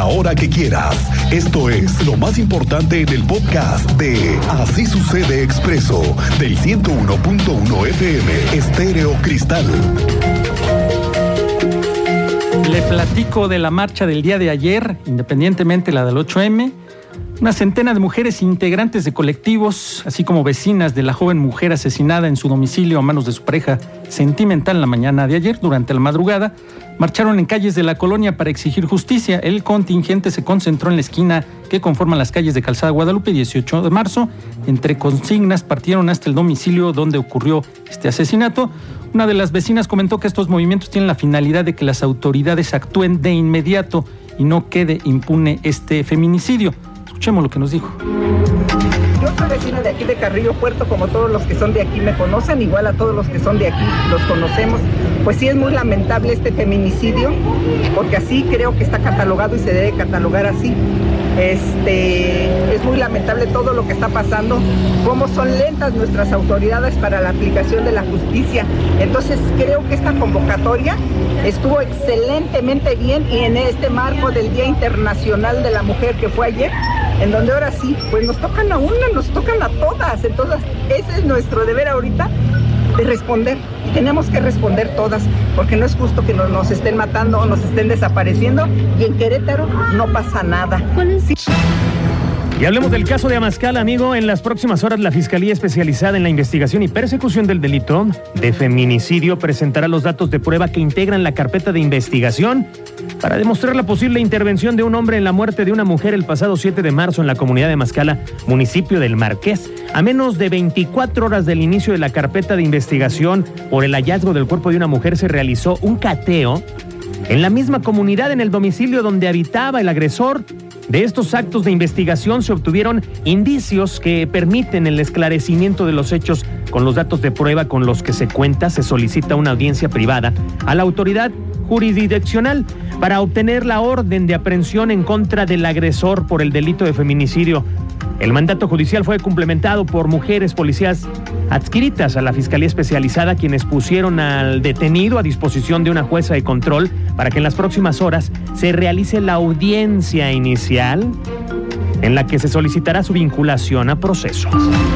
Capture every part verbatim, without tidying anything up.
hora que quieras. Esto es lo más importante en el podcast de Así Sucede Expreso del ciento uno punto uno F M Estéreo Cristal. Le platico de la marcha del día de ayer, independientemente la del ocho eme. Una centena de mujeres integrantes de colectivos, así como vecinas de la joven mujer asesinada en su domicilio a manos de su pareja sentimental en la mañana de ayer, durante la madrugada, marcharon en calles de la colonia para exigir justicia. El contingente se concentró en la esquina que conforman las calles de Calzada Guadalupe, dieciocho de marzo. Entre consignas partieron hasta el domicilio donde ocurrió este asesinato. Una de las vecinas comentó que estos movimientos tienen la finalidad de que las autoridades actúen de inmediato y no quede impune este feminicidio. Escuchemos lo que nos dijo. Yo soy vecina de aquí de Carrillo Puerto, como todos los que son de aquí me conocen, igual a todos los que son de aquí los conocemos. Pues sí, es muy lamentable este feminicidio, porque así creo que está catalogado y se debe catalogar así. Este, es muy lamentable todo lo que está pasando, cómo son lentas nuestras autoridades para la aplicación de la justicia. Entonces creo que esta convocatoria estuvo excelentemente bien, y en este marco del Día Internacional de la Mujer que fue ayer, en donde ahora sí, pues nos tocan a una, nos tocan a todas. Entonces ese es nuestro deber ahorita, de responder. Tenemos que responder todas, porque no es justo que nos, nos estén matando o nos estén desapareciendo, y en Querétaro no pasa nada. Sí. Y hablemos del caso de Amazcal, amigo. En las próximas horas, la Fiscalía Especializada en la Investigación y Persecución del Delito de Feminicidio presentará los datos de prueba que integran la carpeta de investigación para demostrar la posible intervención de un hombre en la muerte de una mujer el pasado siete de marzo en la comunidad de Amazcala, municipio del Marqués. A menos de veinticuatro horas del inicio de la carpeta de investigación por el hallazgo del cuerpo de una mujer, se realizó un cateo en la misma comunidad, en el domicilio donde habitaba el agresor. De estos actos de investigación se obtuvieron indicios que permiten el esclarecimiento de los hechos. Con los datos de prueba con los que se cuenta, se solicita una audiencia privada a la autoridad jurisdiccional para obtener la orden de aprehensión en contra del agresor por el delito de feminicidio. El mandato judicial fue complementado por mujeres policías adscritas a la Fiscalía Especializada, quienes pusieron al detenido a disposición de una jueza de control para que en las próximas horas se realice la audiencia inicial en la que se solicitará su vinculación a proceso.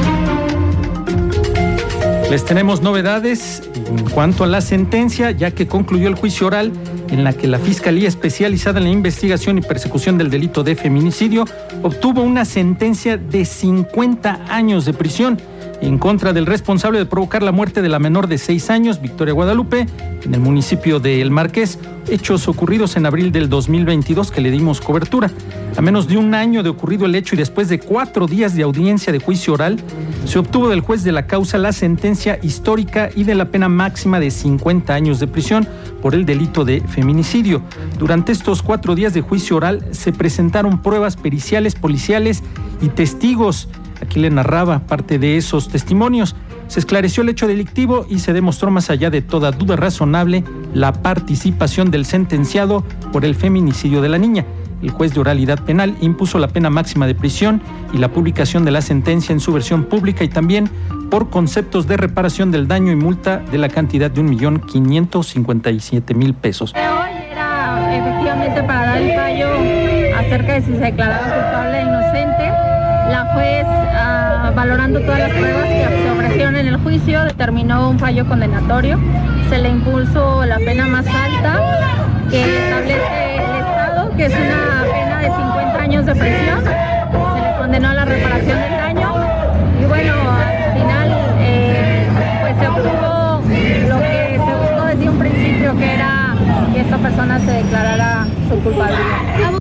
Les tenemos novedades en cuanto a la sentencia, ya que concluyó el juicio oral en la que la Fiscalía Especializada en la Investigación y Persecución del Delito de Feminicidio obtuvo una sentencia de cincuenta años de prisión en contra del responsable de provocar la muerte de la menor de seis años, Victoria Guadalupe, en el municipio de El Marqués, hechos ocurridos en abril del dos mil veintidós que le dimos cobertura. A menos de un año de ocurrido el hecho y después de cuatro días de audiencia de juicio oral, se obtuvo del juez de la causa la sentencia histórica y de la pena máxima de cincuenta años de prisión por el delito de feminicidio. Durante estos cuatro días de juicio oral se presentaron pruebas periciales, policiales y testigos. Aquí le narraba parte de esos testimonios. Se esclareció el hecho delictivo y se demostró, más allá de toda duda razonable, la participación del sentenciado por el feminicidio de la niña. El juez de oralidad penal impuso la pena máxima de prisión y la publicación de la sentencia en su versión pública, y también por conceptos de reparación del daño y multa de la cantidad de un millón quinientos cincuenta y siete mil pesos. Hoy era efectivamente para dar el fallo acerca de si se declaraba culpable o inocente. La juez, uh, valorando todas las pruebas que se ofrecieron en el juicio, determinó un fallo condenatorio. Se le impuso la pena más alta que establece el Estado, que es una pena de cincuenta años de prisión. Se le condenó a la reparación del daño. Y bueno, al final eh, pues se obtuvo lo que se buscó desde un principio, que era que esta persona se declarara su culpabilidad.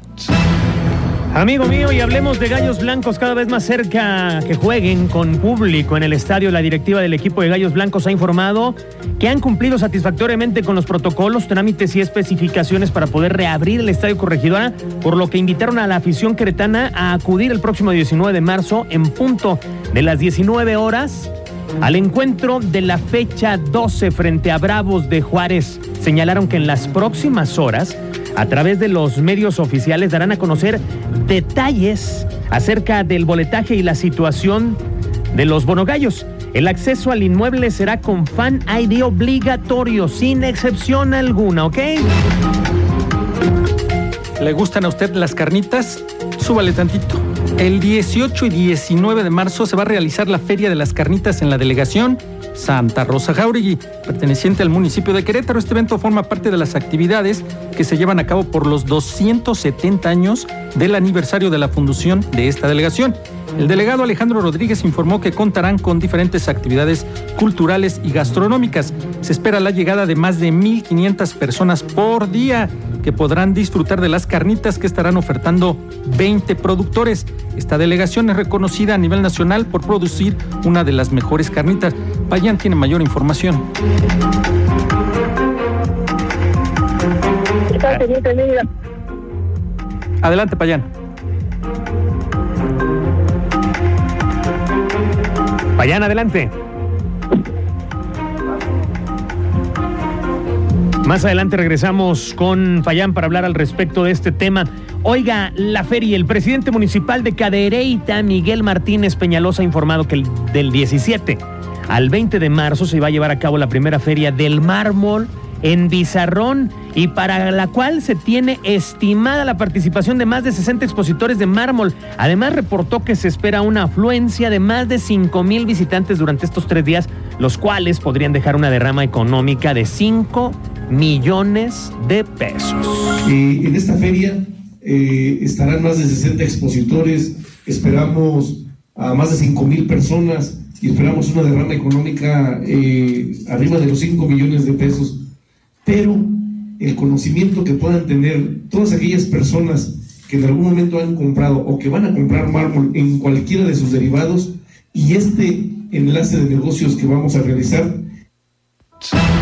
Amigo mío, y hablemos de Gallos Blancos, cada vez más cerca que jueguen con público en el estadio. La directiva del equipo de Gallos Blancos ha informado que han cumplido satisfactoriamente con los protocolos, trámites y especificaciones para poder reabrir el Estadio Corregidora, por lo que invitaron a la afición queretana a acudir el próximo diecinueve de marzo en punto de las diecinueve horas al encuentro de la fecha doce frente a Bravos de Juárez. Señalaron que en las próximas horas, a través de los medios oficiales, darán a conocer detalles acerca del boletaje y la situación de los bonogallos. El acceso al inmueble será con Fan I D obligatorio, sin excepción alguna, ¿ok? ¿Le gustan a usted las carnitas? Súbale tantito. El dieciocho y diecinueve de marzo se va a realizar la Feria de las Carnitas en la delegación Santa Rosa Jáuregui, perteneciente al municipio de Querétaro. Este evento forma parte de las actividades que se llevan a cabo por los doscientos setenta años del aniversario de la fundación de esta delegación. El delegado Alejandro Rodríguez informó que contarán con diferentes actividades culturales y gastronómicas. Se espera la llegada de más de mil quinientas personas por día que podrán disfrutar de las carnitas que estarán ofertando veinte productores. Esta delegación es reconocida a nivel nacional por producir una de las mejores carnitas. Payán tiene mayor información. Adelante, Payán. Payán, adelante. Más adelante regresamos con Payán para hablar al respecto de este tema. Oiga, la feria, el presidente municipal de Cadereyta, Miguel Martínez Peñalosa, ha informado que el, del diecisiete al veinte de marzo se va a llevar a cabo la primera feria del mármol en Bizarrón, y para la cual se tiene estimada la participación de más de sesenta expositores de mármol. Además, reportó que se espera una afluencia de más de cinco mil visitantes durante estos tres días, los cuales podrían dejar una derrama económica de cinco millones de pesos. Eh, en esta feria eh, estarán más de sesenta expositores, esperamos a más de cinco mil personas y esperamos una derrama económica eh, arriba de los cinco millones de pesos. Pero el conocimiento que puedan tener todas aquellas personas que en algún momento han comprado o que van a comprar mármol en cualquiera de sus derivados, y este enlace de negocios que vamos a realizar